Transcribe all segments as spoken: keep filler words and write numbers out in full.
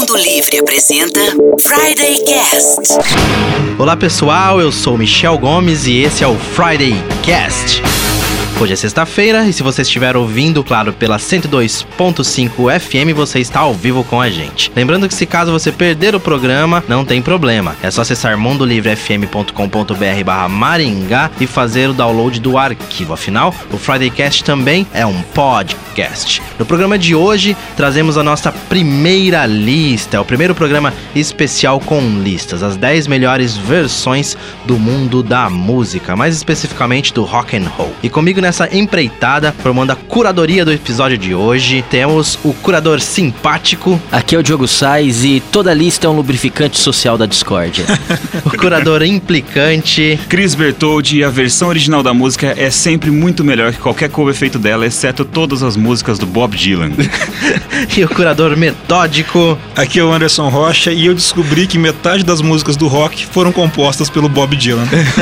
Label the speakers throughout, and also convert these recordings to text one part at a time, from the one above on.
Speaker 1: Mundo Livre apresenta Friday Cast.
Speaker 2: Olá pessoal, eu sou Michel Gomes e esse é o Friday Cast. Hoje é sexta-feira e se você estiver ouvindo, claro, pela cento e dois ponto cinco F M, você está ao vivo com a gente. Lembrando que se caso você perder o programa, não tem problema. É só acessar mondolivrefm.com.br barra Maringá e fazer o download do arquivo. Afinal, o Friday Cast também é um podcast. No programa de hoje, trazemos a nossa primeira lista. É o primeiro programa especial com listas. As dez melhores versões do mundo da música, mais especificamente do rock and roll. E comigo nessa empreitada, formando a curadoria do episódio de hoje, temos o curador simpático.
Speaker 3: Aqui é o Diogo Sais e toda lista é um lubrificante social da discórdia.
Speaker 2: O curador implicante,
Speaker 4: Cris Bertoldi. E a versão original da música é sempre muito melhor que qualquer cover feito dela, exceto todas as músicas do Bob Dylan.
Speaker 2: E o curador metódico,
Speaker 5: aqui é o Anderson Rocha e eu descobri que metade das músicas do rock foram compostas pelo Bob Dylan.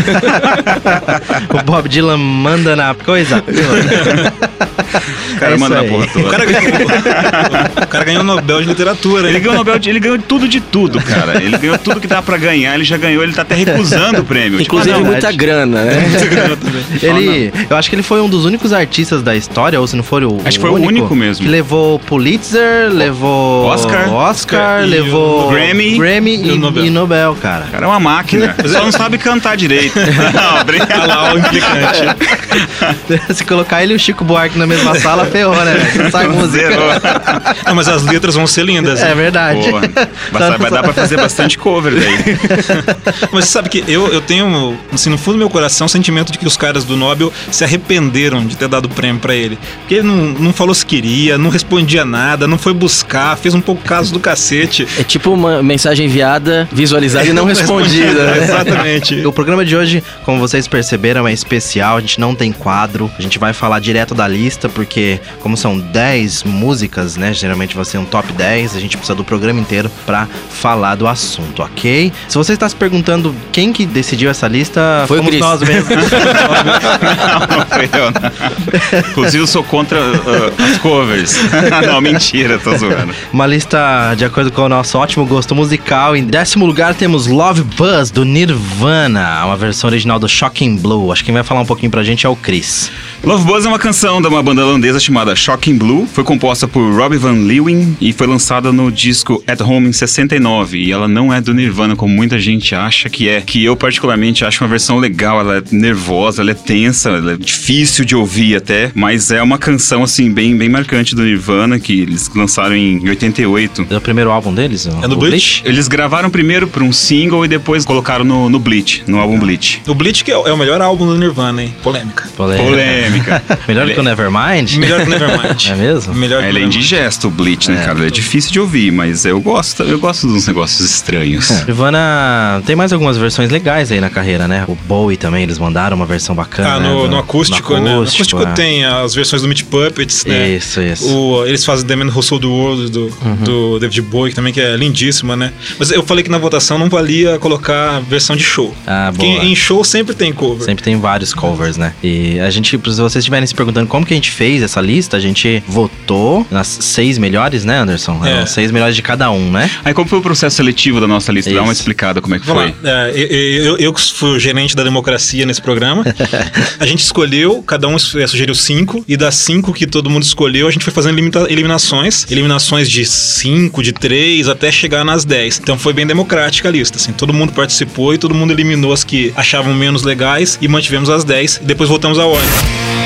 Speaker 2: O Bob Dylan manda na coisa.
Speaker 4: O cara
Speaker 2: É
Speaker 4: manda
Speaker 2: isso
Speaker 4: na
Speaker 2: aí.
Speaker 4: porra toda.
Speaker 5: O cara ganhou, o cara ganhou o Nobel de Literatura.
Speaker 4: Ele ganhou o Nobel de, ele ganhou tudo de tudo, cara. Ele ganhou tudo que dá pra ganhar, ele já ganhou, ele tá até recusando o prêmio.
Speaker 3: Inclusive
Speaker 2: Ah, não,
Speaker 3: muita
Speaker 2: é-
Speaker 3: grana, né?
Speaker 2: ele, eu acho que ele foi um dos únicos artistas da história, ou se não for o
Speaker 4: Acho que foi o único mesmo.
Speaker 2: que levou Pulitzer, levou
Speaker 4: Oscar.
Speaker 2: Oscar,
Speaker 5: E
Speaker 2: levou
Speaker 5: o
Speaker 4: Grammy.
Speaker 2: Grammy
Speaker 5: E
Speaker 2: e,
Speaker 5: o Nobel.
Speaker 2: e Nobel, cara.
Speaker 4: O cara é uma máquina, só não sabe cantar direito. Não, brincadeira.
Speaker 5: Olha lá o implicante.
Speaker 2: Se colocar ele e o Chico Buarque na mesma sala, ferrou, né? Não sai música.
Speaker 4: Zerou.
Speaker 5: Não, mas as letras vão ser lindas.
Speaker 2: É verdade.
Speaker 4: Porra, vai, vai dar pra fazer bastante cover daí.
Speaker 5: Mas você sabe que eu, eu tenho, assim, no fundo do meu coração, o sentimento de que os caras do Nobel se arrependeram de ter dado o prêmio pra ele. Porque ele não, não falou se queria, não respondia nada, não foi buscar, fez um pouco caso do cacete.
Speaker 3: É tipo uma mensagem enviada, visualizada e não respondida. né?
Speaker 5: Exatamente.
Speaker 2: O programa de hoje, como vocês perceberam, é especial. A gente não tem quadro. A gente vai falar direto da lista, porque como são dez músicas, né? Geralmente vai ser um top dez. A gente precisa do programa inteiro pra falar do assunto, ok? Se você está se perguntando quem que decidiu essa lista,
Speaker 3: Foi o
Speaker 2: fomos
Speaker 3: Cris.
Speaker 2: nós mesmos.
Speaker 4: Não, não foi eu, não. Inclusive eu sou contra uh, as covers. Não, mentira, tô zoando.
Speaker 2: Uma lista de acordo com o nosso ótimo gosto musical. Em décimo lugar temos Love Buzz, do Nirvana, uma versão original do Shocking Blue. Acho que quem vai falar um pouquinho pra gente é o Chris.
Speaker 4: Love Buzz é uma canção de uma banda holandesa chamada Shocking Blue. Foi composta por Robbie Van Leeuwen e foi lançada no disco At Home em sessenta e nove. E ela não é do Nirvana, como muita gente acha que é. Que eu particularmente acho uma versão legal. Ela é nervosa, ela é tensa, ela é difícil de ouvir até. Mas é uma canção assim bem, bem marcante do Nirvana, que eles lançaram em oitenta e oito.
Speaker 2: É o primeiro álbum deles?
Speaker 5: É no
Speaker 2: o
Speaker 5: Bleach?
Speaker 4: Eles gravaram primeiro por um single e depois colocaram no, no Bleach, no álbum Bleach.
Speaker 5: O Bleach que é o é o melhor álbum do Nirvana, hein? Polêmica.
Speaker 2: Polêmica.
Speaker 4: Polêmica.
Speaker 2: Melhor do que o Nevermind?
Speaker 5: Melhor que Nevermind.
Speaker 2: É mesmo?
Speaker 5: Melhor que
Speaker 4: Ele é
Speaker 5: Nevermind.
Speaker 4: indigesto, o Bleach, né,
Speaker 2: É.
Speaker 4: cara? Ele é difícil de ouvir, mas eu gosto, eu gosto dos negócios estranhos.
Speaker 2: Nirvana tem mais algumas versões legais aí na carreira, né? O Bowie também, eles mandaram uma versão bacana.
Speaker 5: Ah,
Speaker 2: né?
Speaker 5: no,
Speaker 2: Do-
Speaker 5: no acústico,
Speaker 2: no
Speaker 5: né? No
Speaker 2: acústico,
Speaker 5: acústico
Speaker 2: é.
Speaker 5: tem as versões do Meat Puppets, né?
Speaker 2: Isso, isso.
Speaker 5: O, eles fazem The Man Who Sold the World do, do David Bowie, também, que é lindíssima, né? Mas eu falei que na votação não valia colocar versão de show.
Speaker 2: Ah,
Speaker 5: Porque
Speaker 2: boa.
Speaker 5: em show sempre tem cover.
Speaker 2: Sempre tem vários covers, né? E a gente, se vocês estiverem se perguntando como que a gente fez essa lista, a gente votou nas seis melhores, né, Anderson?
Speaker 5: É.
Speaker 2: Eram seis melhores de cada um, né?
Speaker 4: Aí como foi o processo seletivo da nossa lista? Dá uma
Speaker 2: Isso.
Speaker 4: explicada como é que
Speaker 5: Vamos
Speaker 4: foi.
Speaker 5: lá. É, eu, eu, eu que fui o gerente da democracia nesse programa. A gente escolheu, cada um é, sugeriu cinco, e das cinco que todo mundo escolheu, a gente foi fazendo limita- eliminações. Eliminações de cinco, de três, até chegar nas dez. Então foi bem democrática a lista, assim. Todo mundo participou e todo mundo eliminou as que achavam menos legais e mantivemos as dez. E depois voltamos à ordem.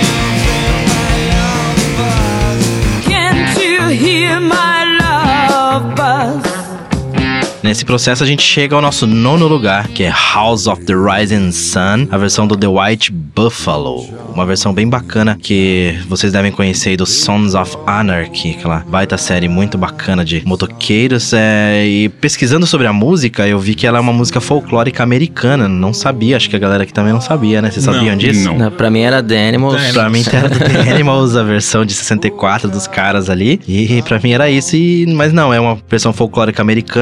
Speaker 6: Can't you hear my love buzz?
Speaker 2: Nesse processo a gente chega ao nosso nono lugar, que é House of the Rising Sun, a versão do The White Buffalo. Uma versão bem bacana que vocês devem conhecer aí do Sons of Anarchy, aquela baita série muito bacana de motoqueiros. É, e pesquisando sobre a música, eu vi que ela é uma música folclórica americana. Não sabia, acho que a galera aqui também não sabia, né? Vocês
Speaker 5: Não,
Speaker 2: sabiam disso?
Speaker 4: não.
Speaker 3: Não, pra mim era The Animals.
Speaker 5: The
Speaker 2: Pra mim era do The Animals, a versão de sessenta e quatro dos caras ali. E pra mim era isso, e... mas não, é uma versão folclórica americana, já foi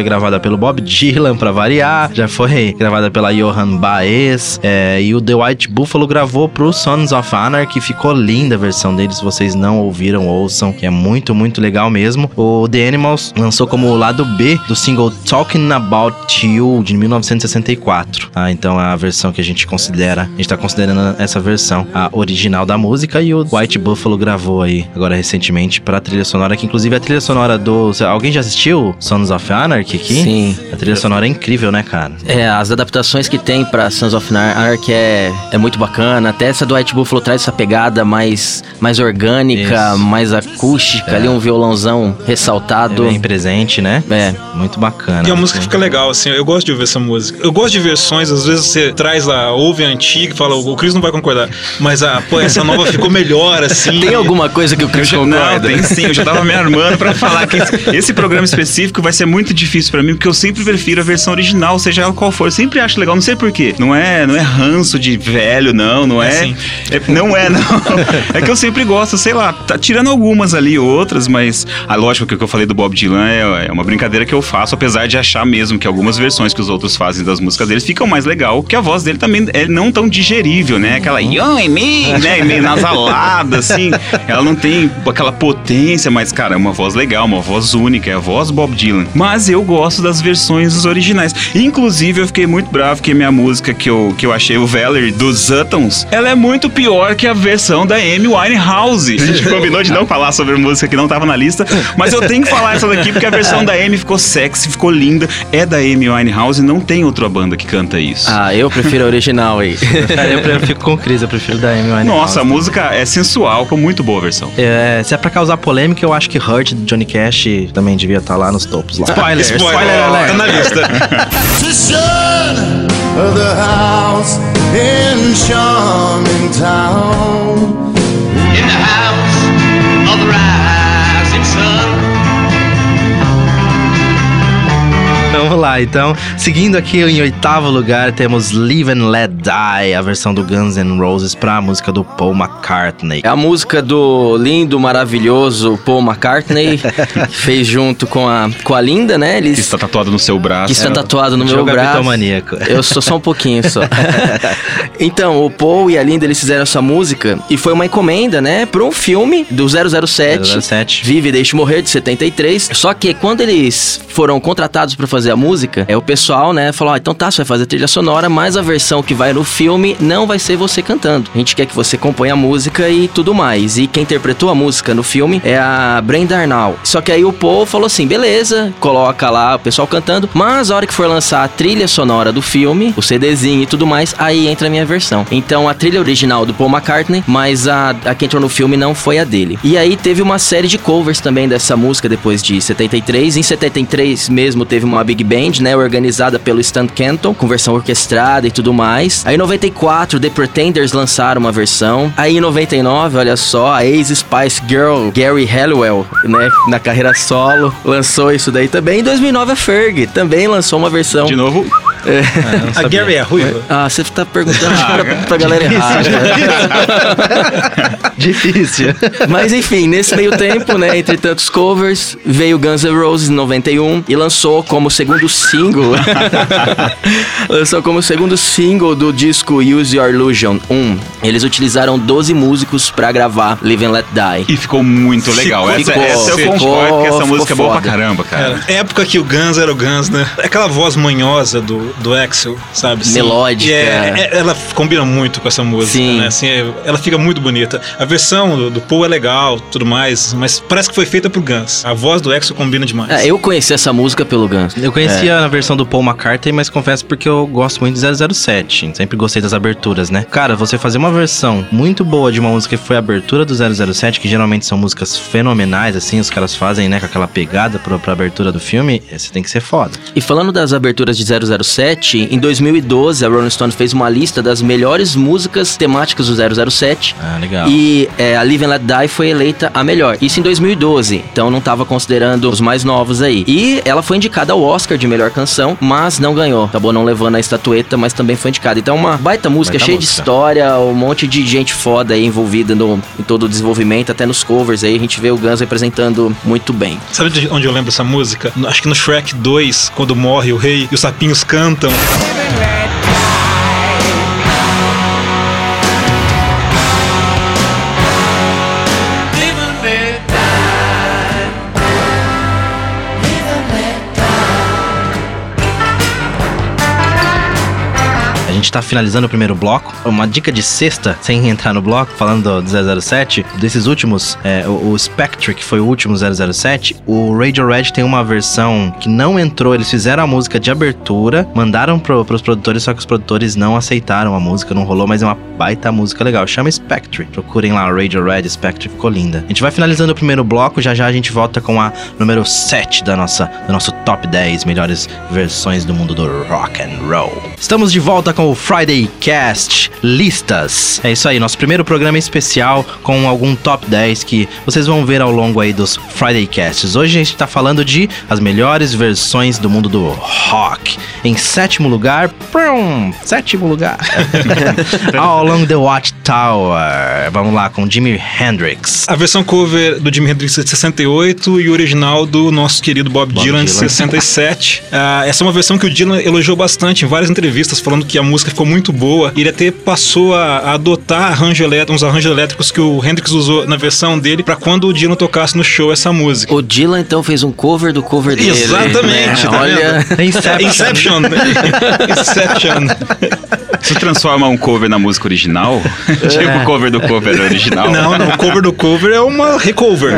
Speaker 2: foi gravada pelo Bob Dylan, pra variar. Já foi gravada pela Johan Baez. É, e o The White Buffalo gravou pro Sons of Anarchy. Ficou linda a versão dele. Se vocês não ouviram, ouçam, que é muito, muito legal mesmo. O The Animals lançou como o lado B do single Talking About You, de mil novecentos e sessenta e quatro. Ah, então é a versão que a gente considera, a gente tá considerando essa versão, a original da música, e o White Buffalo gravou aí, agora recentemente, pra trilha sonora, que inclusive é a trilha sonora do... Alguém já assistiu Sons of Anarchy aqui?
Speaker 3: Sim.
Speaker 2: A trilha sonora é incrível, né, cara?
Speaker 3: É, as adaptações que tem pra Sons of Anarchy é, é muito bacana. Até essa do White Buffalo traz essa pegada mais, mais orgânica,
Speaker 2: Isso.
Speaker 3: mais acústica,
Speaker 2: É.
Speaker 3: ali um violãozão ressaltado.
Speaker 2: É bem presente, né?
Speaker 3: É.
Speaker 2: Muito bacana.
Speaker 5: E a música fica legal, assim, eu gosto de ouvir essa música. Eu gosto de versões, às vezes você traz lá, ouve a antiga e fala, o Chris não vai concordar, mas a, pô, essa nova ficou melhor, assim.
Speaker 3: Tem alguma coisa que o Chris
Speaker 4: Não,
Speaker 3: concorda?
Speaker 4: tem sim, eu já tava me armando pra falar que esse, esse programa específico vai ser muito difícil pra mim, porque eu sempre prefiro a versão original, seja ela qual for. Eu sempre acho legal, não sei porquê. Não é, não é ranço de velho, não, não é.
Speaker 5: É sim.
Speaker 4: é não é, não. É que eu sempre gosto, sei lá, tá tirando algumas ali, outras, mas a lógico que o que eu falei do Bob Dylan é, é uma brincadeira que eu faço, apesar de achar mesmo que algumas versões que os outros fazem das músicas deles ficam mais legal, que a voz dele também é não tão digerível, né? Aquela yo e me, né? Meio nasalada, assim. Ela não tem aquela potência, mas, cara, é uma voz legal, uma voz única, é a voz Bob Dylan. Mas eu gosto das versões originais. Inclusive, eu fiquei muito bravo que a minha música que eu, que eu achei, o Valerie, dos Uttons, ela é muito pior que a versão da Amy Winehouse. A gente combinou de não falar sobre música que não tava na lista, mas eu tenho que falar essa daqui porque a versão da Amy ficou sexy, ficou linda. É da Amy Winehouse e não tem outra banda que canta isso.
Speaker 3: Ah, eu prefiro a original aí.
Speaker 2: Cara, eu, eu fico com o Chris, eu prefiro da Amy Winehouse.
Speaker 4: Nossa, a música é sensual, ficou muito boa a versão.
Speaker 2: É, se é pra causar polêmica, eu acho que Hurt de Johnny Cash também devia estar lá nos topos. Lá.
Speaker 5: Spoiler,
Speaker 2: spoiler alert.
Speaker 5: tá na lista.
Speaker 7: of the house in charming town.
Speaker 8: In the house of the rising sun.
Speaker 2: Vamos lá, então, seguindo aqui em oitavo lugar, temos Live and Let Die, a versão do Guns N' Roses pra música do Paul McCartney.
Speaker 3: É a música do lindo, maravilhoso Paul McCartney, que fez junto com a, com a Linda, né? Eles,
Speaker 4: Que está tatuado no seu braço.
Speaker 3: que está tatuado no meu
Speaker 2: Jogo
Speaker 3: braço.
Speaker 2: Capitomaníaco.
Speaker 3: Eu sou só um pouquinho só. Então, o Paul e a Linda, eles fizeram essa música e foi uma encomenda, né, para um filme do zero zero sete,
Speaker 2: zero zero sete.
Speaker 3: Vive e Deixe Morrer, de setenta e três. Só que quando eles foram contratados para fazer a música, é o pessoal, né, falou, ah, então tá, você vai fazer a trilha sonora, mas a versão que vai no filme não vai ser você cantando. A gente quer que você componha a música e tudo mais. E quem interpretou a música no filme é a Brenda Arnall. Só que aí o Paul falou assim, beleza, coloca lá o pessoal cantando, mas a hora que for lançar a trilha sonora do filme, o CDzinho e tudo mais, aí entra a minha versão. Então a trilha original do Paul McCartney, mas a, a que entrou no filme não foi a dele. E aí teve uma série de covers também dessa música depois de setenta e três. Em setenta e três mesmo teve uma Big Band, né, organizada pelo Stan Kenton, com versão orquestrada e tudo mais. Aí em noventa e quatro, The Pretenders lançaram uma versão. Aí em noventa e nove, olha só, a ex-Spice Girl, Gary Halliwell, né, na carreira solo, lançou isso daí também. Em dois mil e nove, a Ferg também lançou uma versão.
Speaker 4: De novo,
Speaker 5: A Gary é ruiva?
Speaker 3: Ah, você tá perguntando pra, pra galera errada.
Speaker 2: Difícil.
Speaker 3: Mas enfim, nesse meio tempo, né, entre tantos covers, veio Guns N' Roses em noventa e um e lançou como segundo single lançou como segundo single do disco Use Your Illusion um. Eles utilizaram doze músicos pra gravar Live and Let Die.
Speaker 4: e ficou muito legal. Essa,
Speaker 3: ficou-
Speaker 4: essa eu
Speaker 3: ficou-
Speaker 4: concordo que essa
Speaker 3: ficou
Speaker 4: música é boa pra
Speaker 3: foda.
Speaker 4: caramba, cara.
Speaker 5: Era, época que o Guns era o Guns, né? Aquela voz manhosa do, do Axl, sabe? assim?
Speaker 3: Melódica.
Speaker 5: E é- é- ela combina muito com essa música,
Speaker 3: Sim.
Speaker 5: né? Assim, é- ela fica muito bonita. A versão do, do Paul é legal, tudo mais, mas parece que foi feita pro Guns. A voz do Axl combina demais.
Speaker 3: É, eu conheci essa música pelo Guns.
Speaker 2: Eu conhecia a versão do Paul McCartney, mas confesso porque eu gosto muito de zero zero sete. Sempre gostei das aberturas, né? Cara, você fazer uma versão muito boa de uma música que foi a abertura do zero zero sete, que geralmente são músicas fenomenais, assim, os caras fazem, né, com aquela pegada pra, pra abertura do filme, você tem que ser foda.
Speaker 3: E falando das aberturas de zero zero sete, sete, em dois mil e doze, a Rolling Stone fez uma lista das melhores músicas temáticas do zero zero sete.
Speaker 2: Ah, legal.
Speaker 3: E é, a Live and Let Die foi eleita a melhor. Isso em dois mil e doze, então não tava considerando os mais novos aí. E ela foi indicada ao Oscar de melhor canção, mas não ganhou. Acabou não levando a estatueta, mas também foi indicada. Então uma baita música,
Speaker 2: Baita
Speaker 3: cheia
Speaker 2: música.
Speaker 3: de história, um monte de gente foda aí envolvida no, em todo o desenvolvimento, até nos covers aí, a gente vê o Guns representando muito bem.
Speaker 5: Sabe de onde eu lembro essa música? No- Acho que no Shrek dois, quando morre o rei e os sapinhos cantam.
Speaker 2: A gente tá finalizando o primeiro bloco. Uma dica de sexta, sem entrar no bloco, falando do zero zero sete, desses últimos, é, o, o Spectre, que foi o último zero zero sete, o Radiohead tem uma versão que não entrou, eles fizeram a música de abertura, mandaram pro, pros produtores, só que os produtores não aceitaram a música, não rolou, mas é uma baita música legal. Chama Spectre. Procurem lá, Radiohead, Spectre, ficou linda. A gente vai finalizando o primeiro bloco, já já a gente volta com a número sete da nossa, do nosso top dez melhores versões do mundo do rock and roll. Estamos de volta com o Friday Cast Listas. É isso aí, nosso primeiro programa especial com algum top dez que vocês vão ver ao longo aí dos Friday Casts. Hoje a gente tá falando de as melhores versões do mundo do rock. Em sétimo lugar, prum, sétimo lugar, All Along the Watchtower. Vamos lá, com Jimi Hendrix.
Speaker 5: A versão cover do Jimi Hendrix de sessenta e oito e o original do nosso querido Bob,
Speaker 2: Bob
Speaker 5: Dylan de
Speaker 2: Dylan.
Speaker 5: sessenta e sete. Ah, essa é uma versão que o Dylan elogiou bastante em várias entrevistas, falando que a música ficou muito boa. Ele até passou a, a adotar arranjo elétrico, uns arranjos elétricos que o Hendrix usou na versão dele pra quando o Dylan tocasse no show essa música.
Speaker 3: O Dylan então fez um cover do cover dele.
Speaker 5: Exatamente,
Speaker 3: né?
Speaker 5: tá
Speaker 3: Olha,
Speaker 5: vendo? Inception. Inception.
Speaker 4: Você transforma um cover na música original? Tipo o cover do cover original?
Speaker 5: Não, não, o cover do cover é uma recover.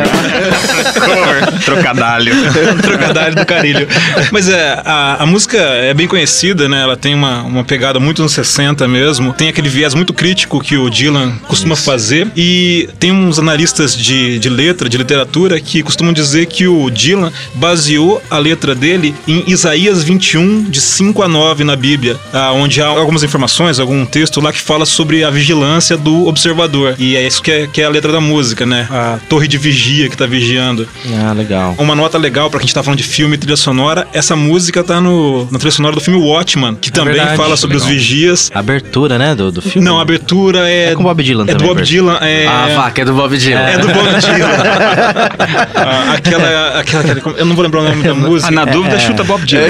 Speaker 4: Cover. Trocadalho.
Speaker 5: Trocadilho do carilho. Mas é, a, a música é bem conhecida, né? Ela tem uma, uma pegada muito nos sessenta mesmo. Tem aquele viés muito crítico que o Dylan costuma Isso. fazer. E tem uns analistas de, de letra, de literatura, que costumam dizer que o Dylan baseou a letra dele em Isaías vinte e um, de cinco a nove na Bíblia, ah, onde há algumas informações, algum texto lá que fala sobre a vigilância do observador. E é isso que é, que é a letra da música, né? A torre de vigia que tá vigiando.
Speaker 2: Ah, legal.
Speaker 5: Uma nota legal pra quem tá falando de filme e trilha sonora, essa música tá no, na trilha sonora do filme Watchmen, que
Speaker 2: É
Speaker 5: também
Speaker 2: verdade,
Speaker 5: fala sobre
Speaker 2: legal.
Speaker 5: os vigias.
Speaker 2: A abertura, né, do, do filme?
Speaker 5: Não, a abertura é...
Speaker 2: É com Bob Dylan
Speaker 5: É do
Speaker 2: também,
Speaker 5: Bob
Speaker 2: verdade.
Speaker 5: Dylan, é...
Speaker 3: a vaca é do Bob Dylan.
Speaker 5: É do Bob Dylan. Ah, aquela, aquela, aquela... Eu não vou lembrar o nome da música.
Speaker 4: Ah, na dúvida, chuta Bob Dylan.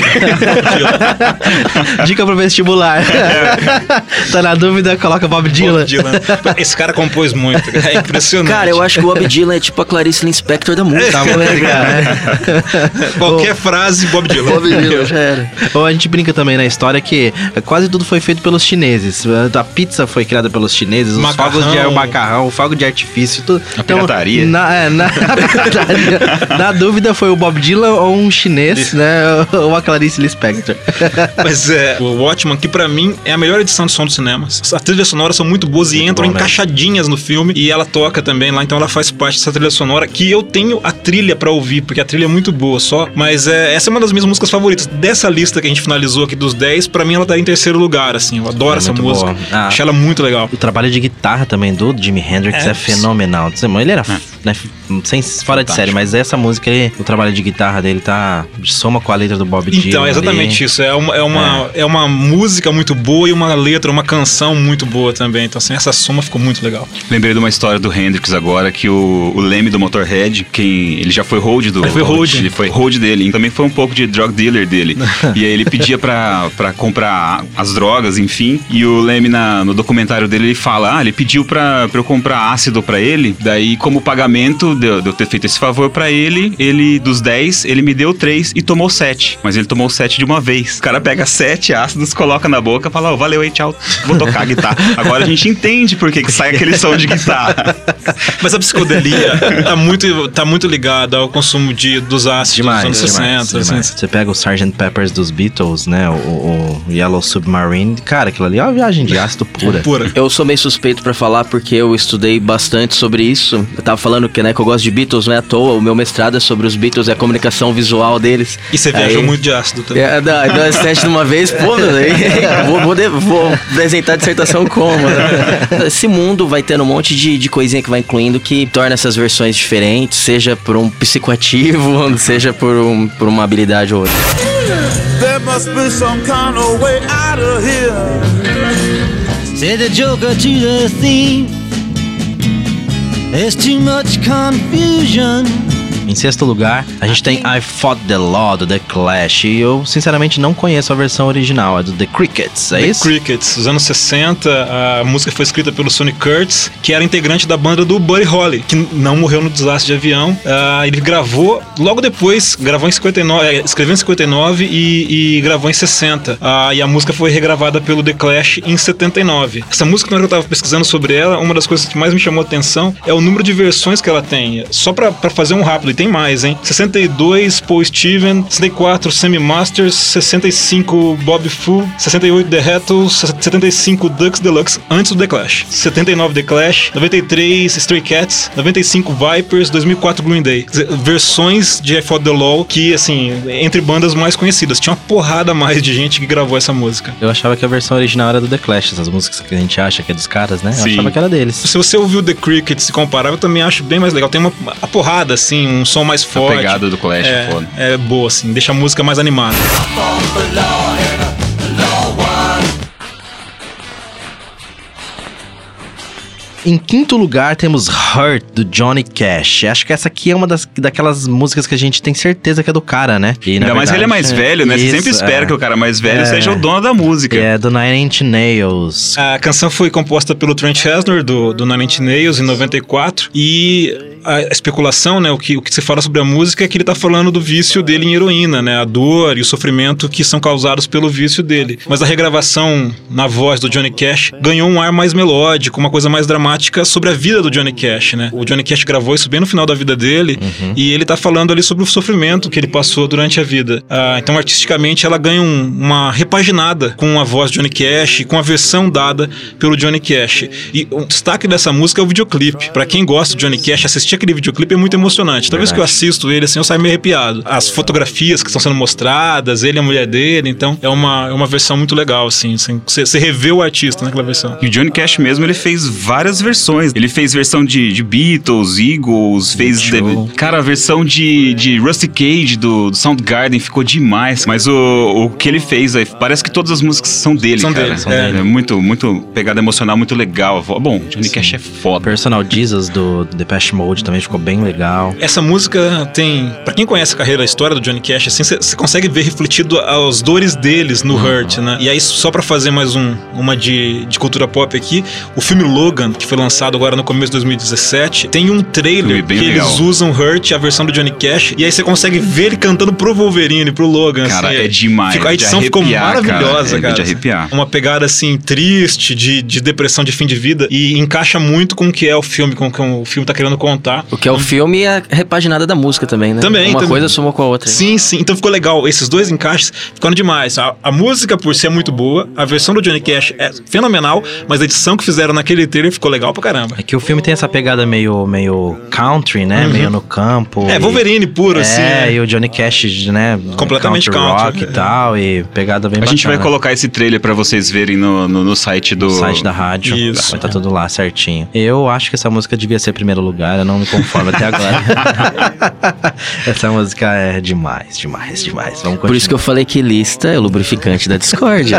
Speaker 2: Dica pro vestibular. Tá na dúvida, coloca Bob Dylan.
Speaker 5: Bob Dylan. Esse cara compôs muito. É impressionante.
Speaker 3: Cara, eu acho que o Bob Dylan é tipo a Clarice Lispector da música.
Speaker 2: Tá muito legal, né?
Speaker 5: Qualquer frase, Bob Dylan.
Speaker 3: Bob Dylan, já era.
Speaker 2: Ou a gente brinca também na história que quase tudo foi feito pelos chineses. A pizza foi criada pelos chineses, os
Speaker 5: Macarrão.
Speaker 2: fogos de ar, o macarrão, o fogo de artifício, tudo.
Speaker 4: A pirataria.
Speaker 2: Na, é, na, a pirataria. Na dúvida foi o Bob Dylan ou um chinês, né? Ou a Clarice Lispector.
Speaker 5: Mas é, o Watchmen, que pra mim é a melhor edição de som do cinema. As trilhas sonoras são muito boas e
Speaker 2: Muito
Speaker 5: entram
Speaker 2: bom, né?
Speaker 5: encaixadinhas no filme. E ela toca também lá, então ela faz parte dessa trilha sonora que eu tenho a trilha pra ouvir, porque a trilha é muito boa só. Mas é, essa é uma das minhas músicas favoritas. Dessa lista que a gente finalizou aqui dos dez, pra mim ela tá em terceiro lugar, assim. Eu adoro
Speaker 2: É
Speaker 5: essa
Speaker 2: muito
Speaker 5: música.
Speaker 2: boa. Ah.
Speaker 5: Achei ela muito legal.
Speaker 2: O trabalho de guitarra também do Jimi Hendrix é,
Speaker 5: É,
Speaker 2: fenomenal. Ele era né, sem, fora de série, mas essa música aí, o trabalho de guitarra dele tá soma com a letra do Bob Dylan.
Speaker 5: Então, é exatamente
Speaker 2: ali.
Speaker 5: isso. É uma, é, uma, é. é uma música muito boa e uma letra, uma canção muito boa também. Então, assim, essa soma ficou muito legal.
Speaker 4: Lembrei de uma história do Hendrix agora, que o, o Lemmy do Motorhead, quem ele já foi hold do...
Speaker 5: Ele foi hold.
Speaker 4: Ele foi hold dele. E também foi um pouco de drug dealer dele. E aí ele pedia pra, pra comprar as drogas, enfim. E o Lemmy, na, no documentário dele, ele fala, ah, ele pediu pra, pra eu comprar ácido pra ele. Daí, como pagamento de, de eu ter feito esse favor pra ele, ele, dos dez, ele me deu três e tomou sete. Mas ele tomou sete de uma vez. O cara pega sete ácidos, coloca na boca e fala, oh, valeu aí, tchau, vou tocar a guitarra. Agora a gente entende por que que sai aquele som de guitarra.
Speaker 5: Mas a psicodelia tá muito, tá muito ligada ao consumo de, dos ácidos
Speaker 2: Demais,
Speaker 5: dos anos
Speaker 2: demais,
Speaker 5: sessenta.
Speaker 2: demais.
Speaker 5: Assim.
Speaker 2: Você pega o sergeant Peppers dos Beatles, né? O, o, o Yellow Submarine. Cara, aquilo ali é uma viagem de ácido pura.
Speaker 5: Pura.
Speaker 3: Eu sou meio suspeito pra falar porque eu estudei bastante sobre isso. Eu tava falando que, né, que eu gosto de Beatles, não é à toa. O meu mestrado é sobre os Beatles e a comunicação visual deles.
Speaker 5: E você viajou muito de ácido também.
Speaker 3: É, dá, dá esse teste de uma vez, pô, meu, aí, vou, vou, de, vou apresentar a dissertação como, né? Esse mundo vai tendo um monte de, de coisinha que vai incluindo que torna essas versões diferentes, seja por um psicoativo, seja por, um, por uma habilidade ou outra.
Speaker 7: There must be some kind of way out of here.
Speaker 9: Say the joker to the thief. There's too much confusion.
Speaker 2: Em sexto lugar, a gente tem I Fought the Law, do The Clash. E eu, sinceramente, não conheço a versão original. É do The Crickets, é
Speaker 5: The
Speaker 2: isso?
Speaker 5: Crickets, nos anos sessenta, a música foi escrita pelo Sonny Curtis, que era integrante da banda do Buddy Holly, que não morreu no desastre de avião. Uh, ele gravou, logo depois, gravou em cinquenta e nove, escreveu em cinquenta e nove e, e gravou em sessenta. Uh, e a música foi regravada pelo The Clash em setenta e nove. Essa música, na hora que eu tava pesquisando sobre ela, uma das coisas que mais me chamou a atenção é o número de versões que ela tem. Só pra, pra fazer um rápido, tem mais, hein? sessenta e dois, Paul Steven, sessenta e quatro, Sammy Masters, sessenta e cinco, Bob Fu, sessenta e oito, The Rattles, setenta e cinco, Ducks Deluxe, antes do The Clash, setenta e nove, The Clash, noventa e três, Stray Cats, noventa e cinco, Vipers, dois mil e quatro, Green Day. Quer dizer, versões de I Fought the Law que, assim, entre bandas mais conhecidas. Tinha uma porrada mais de gente que gravou essa música.
Speaker 2: Eu achava que a versão original era do The Clash, essas músicas que a gente acha que é dos caras, né? Eu
Speaker 4: Sim.
Speaker 2: achava que era deles.
Speaker 5: Se você ouviu The Crickets e comparar, eu também acho bem mais legal. Tem uma a porrada, assim, um som mais
Speaker 4: A
Speaker 5: forte.
Speaker 4: pegada do Clash,
Speaker 5: é,
Speaker 4: foda.
Speaker 5: é boa, assim, deixa a música mais animada.
Speaker 2: Em quinto lugar, temos Hurt, do Johnny Cash. Acho que essa aqui é uma das, daquelas músicas que a gente tem certeza que é do cara, né? E,
Speaker 4: Ainda mais que ele é mais velho, né? Você sempre espera
Speaker 2: é.
Speaker 4: que o cara mais velho
Speaker 2: É.
Speaker 4: seja o dono da música.
Speaker 2: É do Nine Inch Nails.
Speaker 5: A canção foi composta pelo Trent Reznor, do, do Nine Inch Nails, em noventa e quatro. E a especulação, né, o que, o que se fala sobre a música é que ele tá falando do vício dele em heroína, né? A dor e o sofrimento que são causados pelo vício dele. Mas a regravação na voz do Johnny Cash ganhou um ar mais melódico, uma coisa mais dramática sobre a vida do Johnny Cash, né? O Johnny Cash gravou isso bem no final da vida dele, uhum. E ele tá falando ali sobre o sofrimento que ele passou durante a vida. Ah, então, artisticamente, ela ganha um, uma repaginada com a voz de Johnny Cash, com a versão dada pelo Johnny Cash. E o destaque dessa música é o videoclipe. Pra quem gosta do Johnny Cash, assistir aquele videoclipe é muito emocionante. Toda vez que eu assisto ele, assim, eu saio meio arrepiado. As fotografias que estão sendo mostradas, ele e a mulher dele, então é uma, é uma versão muito legal, assim, assim você, você revê o artista naquela versão.
Speaker 4: E o Johnny Cash mesmo, ele fez várias versões. Ele fez versão de, de Beatles, Eagles, fez... De, cara, a versão de, de Rusty Cage do, do Soundgarden ficou demais. Mas o, o que ele fez, aí, parece que todas as músicas são dele,
Speaker 5: são
Speaker 4: cara.
Speaker 5: Dele,
Speaker 4: são
Speaker 5: é.
Speaker 4: dele. É muito, muito pegada emocional, muito legal. Bom, Johnny Cash é foda.
Speaker 2: Personal Jesus do Depeche Mode também ficou bem legal.
Speaker 5: Essa música tem... Pra quem conhece a carreira, a história do Johnny Cash, assim, você consegue ver refletido as dores deles no uhum. Hurt, né? E aí, só pra fazer mais um, uma de, de cultura pop aqui, o filme Logan, que foi lançado agora no começo de dois mil e dezessete, tem um trailer que
Speaker 4: legal.
Speaker 5: Eles usam Hurt, a versão do Johnny Cash, e aí você consegue ver ele cantando pro Wolverine, pro Logan.
Speaker 4: Cara,
Speaker 5: assim,
Speaker 4: é demais.
Speaker 5: Ficou, a edição ficou maravilhosa,
Speaker 4: cara. É
Speaker 5: cara.
Speaker 4: de arrepiar.
Speaker 5: Uma pegada, assim, triste, de, de depressão de fim de vida, e encaixa muito com o que é o filme, com o que o filme tá querendo contar.
Speaker 3: O que é o filme e a repaginada da música também, né?
Speaker 5: Também.
Speaker 3: Uma
Speaker 5: também.
Speaker 3: coisa somou com a outra.
Speaker 5: Sim, sim. Então ficou legal. Esses dois encaixes ficaram demais. A, a música, por ser muito boa, a versão do Johnny Cash é fenomenal, mas a edição que fizeram naquele trailer ficou legal pra caramba.
Speaker 2: É que o filme tem essa pegada meio, meio country, né? Uhum. Meio no campo.
Speaker 5: É, Wolverine puro,
Speaker 2: é,
Speaker 5: assim.
Speaker 2: É, e o Johnny Cash, né?
Speaker 5: Completamente
Speaker 2: country,
Speaker 5: country
Speaker 2: rock e tal, e pegada bem
Speaker 4: A
Speaker 2: bacana.
Speaker 4: gente vai colocar esse trailer pra vocês verem no, no, no site do...
Speaker 2: No site da rádio.
Speaker 5: Isso.
Speaker 2: Vai estar tudo lá certinho. Eu acho que essa música devia ser primeiro lugar, eu não me conformo até agora. Essa música é demais, demais, demais. Vamos continuar.
Speaker 3: Por isso que eu falei que lista é o lubrificante da discórdia.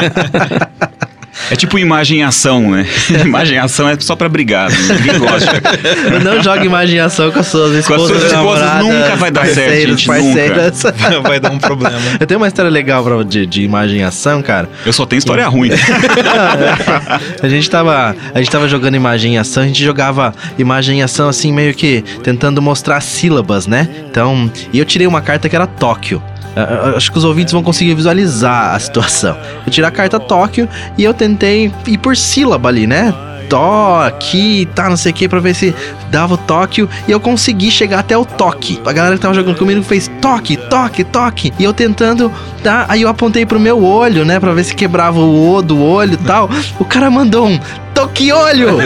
Speaker 4: É tipo imagem em ação, né? Imagem em ação é só pra brigar. Ninguém gosta.
Speaker 2: Não joga imagem em ação com as suas esposas.
Speaker 4: Com as suas esposas nunca vai dar certo, gente.
Speaker 2: Parceiras.
Speaker 5: Nunca. Vai dar um problema.
Speaker 2: Eu tenho uma história legal pra, de, de imagem em ação, cara.
Speaker 4: Eu só tenho história ruim.
Speaker 2: a, gente tava, a gente tava jogando imagem em ação, a gente jogava imagem em ação assim, meio que tentando mostrar sílabas, né? Então, e eu tirei uma carta que era Tóquio. Acho que os ouvintes vão conseguir visualizar a situação. Eu tirei a carta Tóquio e eu tentei ir por sílaba ali, né? dó aqui, tá, não sei o que, pra ver se dava o toque. E eu consegui chegar até o toque. A galera que tava jogando comigo fez toque, toque, toque. E eu tentando, tá, aí eu apontei pro meu olho, né, pra ver se quebrava o O do olho e tal. O cara mandou um toque olho.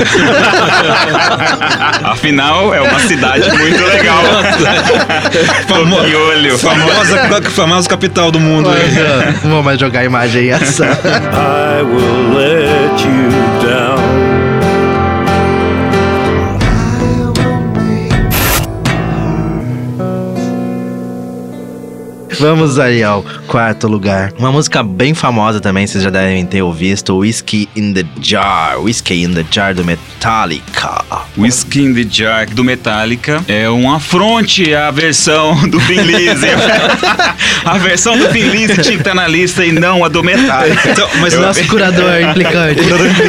Speaker 4: Afinal, é uma cidade muito legal.
Speaker 5: Famo-
Speaker 4: Toque olho.
Speaker 5: Famosa, famosa capital do mundo.
Speaker 2: Mas, uh, não vou mais jogar a imagem essa.
Speaker 7: I will let you down.
Speaker 2: Vamos aí ao quarto lugar. Uma música bem famosa também, vocês já devem ter ouvido, Whiskey in the Jar. Whiskey in the Jar do Metallica.
Speaker 4: Whiskey in the Jar do Metallica é um afronte à versão do Thin Lizzy. A versão do Thin Lizzy tinha que estar na lista e não a do Metallica.
Speaker 5: Então, mas
Speaker 2: Eu... Nosso curador implicante.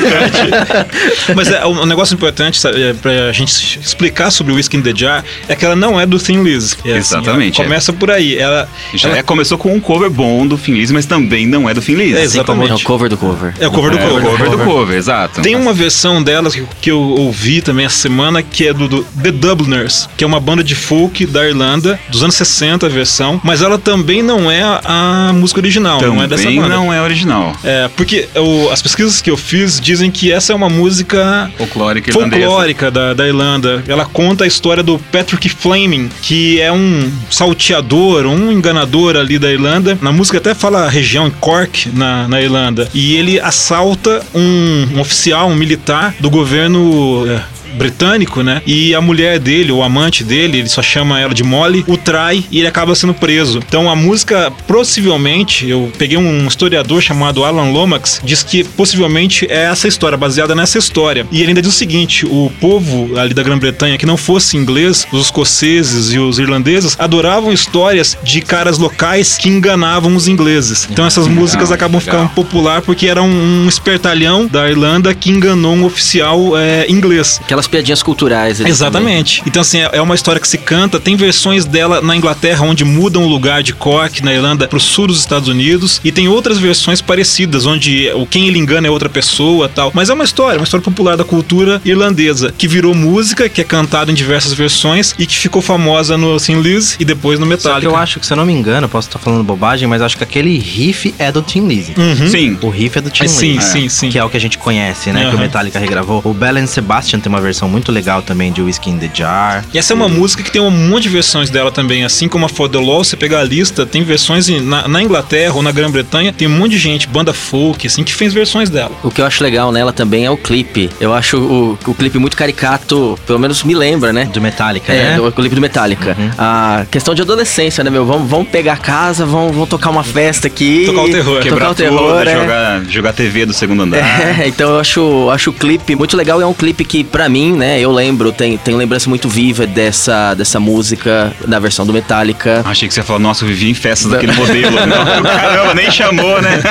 Speaker 5: Mas é, um negócio importante, sabe, é, pra gente explicar sobre o Whiskey in the Jar é que ela não é do Thin Lizzy. É,
Speaker 4: Exatamente.
Speaker 5: Assim, começa por aí. Ela,
Speaker 4: Já
Speaker 5: ela
Speaker 4: é, começou com um cover bom do Thin Lizzy, mas também não é do Thin Lizzy.
Speaker 5: É,
Speaker 3: Assim como
Speaker 5: exatamente.
Speaker 3: é o cover do cover.
Speaker 5: É o cover do
Speaker 4: É,
Speaker 5: cover.
Speaker 4: o cover do cover, exato.
Speaker 5: Tem uma versão delas que, que eu ouvi também essa semana, que é do, do The Dubliners, que é uma banda de folk da Irlanda, dos anos sessenta a versão, mas ela também não é a, a música original,
Speaker 4: Também
Speaker 5: não é dessa banda.
Speaker 4: não é original.
Speaker 5: É, porque eu- as pesquisas que eu fiz dizem que essa é uma música
Speaker 4: Folclórica irlandesa.
Speaker 5: folclórica da, da Irlanda. Ela conta a história do Patrick Fleming, que é um salteador, um enganador ali da Irlanda. Na música até fala a região em Cork, na, na Irlanda. E ele assalta um, um oficial, um militar do governo... é, britânico, né? E a mulher dele, o amante dele, ele só chama ela de Molly, o trai e ele acaba sendo preso. Então a música, possivelmente, eu peguei um historiador chamado Alan Lomax, diz que possivelmente é essa história, baseada nessa história. E ele ainda diz o seguinte: o povo ali da Grã-Bretanha que não fosse inglês, os escoceses e os irlandeses, adoravam histórias de caras locais que enganavam os ingleses. Então essas músicas acabam
Speaker 4: legal.
Speaker 5: ficando popular porque era um, um espertalhão da Irlanda que enganou um oficial é, inglês.
Speaker 3: Aquelas piadinhas culturais. ali
Speaker 5: Exatamente. Então, assim, é é uma história que se canta. Tem versões dela na Inglaterra, onde mudam o lugar de Cork, na Irlanda, pro sul dos Estados Unidos. E tem outras versões parecidas, onde o quem ele engana é outra pessoa tal. Mas é uma história, uma história popular da cultura irlandesa, que virou música, que é cantada em diversas versões e que ficou famosa no Thin Lizzy e depois no
Speaker 2: Só que
Speaker 5: Metallica.
Speaker 2: eu acho que, se eu não me engano, eu posso estar falando bobagem, mas acho que aquele riff é do Thin Lizzy.
Speaker 5: Uhum.
Speaker 4: Sim.
Speaker 2: O riff é do Thin
Speaker 5: É, sim,
Speaker 2: Lizzy.
Speaker 5: sim, sim.
Speaker 2: Que é o que a gente conhece, né? Que o
Speaker 5: Aham.
Speaker 2: Metallica regravou. O Belle and Sebastian tem uma versão muito legal também de Whiskey in the Jar.
Speaker 5: E essa é uma música que tem um monte de versões dela também, assim como a For the Law. Você pegar a lista, tem versões em- na, na Inglaterra ou na Grã-Bretanha, tem um monte de gente, banda folk, assim, que fez versões dela.
Speaker 3: O que eu acho legal nela também é o clipe. Eu acho o, o clipe muito caricato, pelo menos me lembra, né?
Speaker 2: Do Metallica,
Speaker 3: É,
Speaker 2: né?
Speaker 3: do- o clipe do Metallica. A questão de adolescência, né, meu? Vamos, vamos pegar a casa, vamos, vamos tocar uma festa aqui.
Speaker 5: Tocar o terror.
Speaker 3: Tocar
Speaker 4: Quebrar
Speaker 3: o terror,
Speaker 4: tudo,
Speaker 3: é.
Speaker 4: jogar, jogar T V do segundo andar.
Speaker 3: É, então eu acho, acho o clipe muito legal e é um clipe que, pra mim, né, eu lembro, tem, tem lembrança muito viva dessa, dessa música, da versão do Metallica.
Speaker 4: Achei que você ia falar, nossa, eu vivi em festas daquele modelo. Não, caramba, nem chamou, né?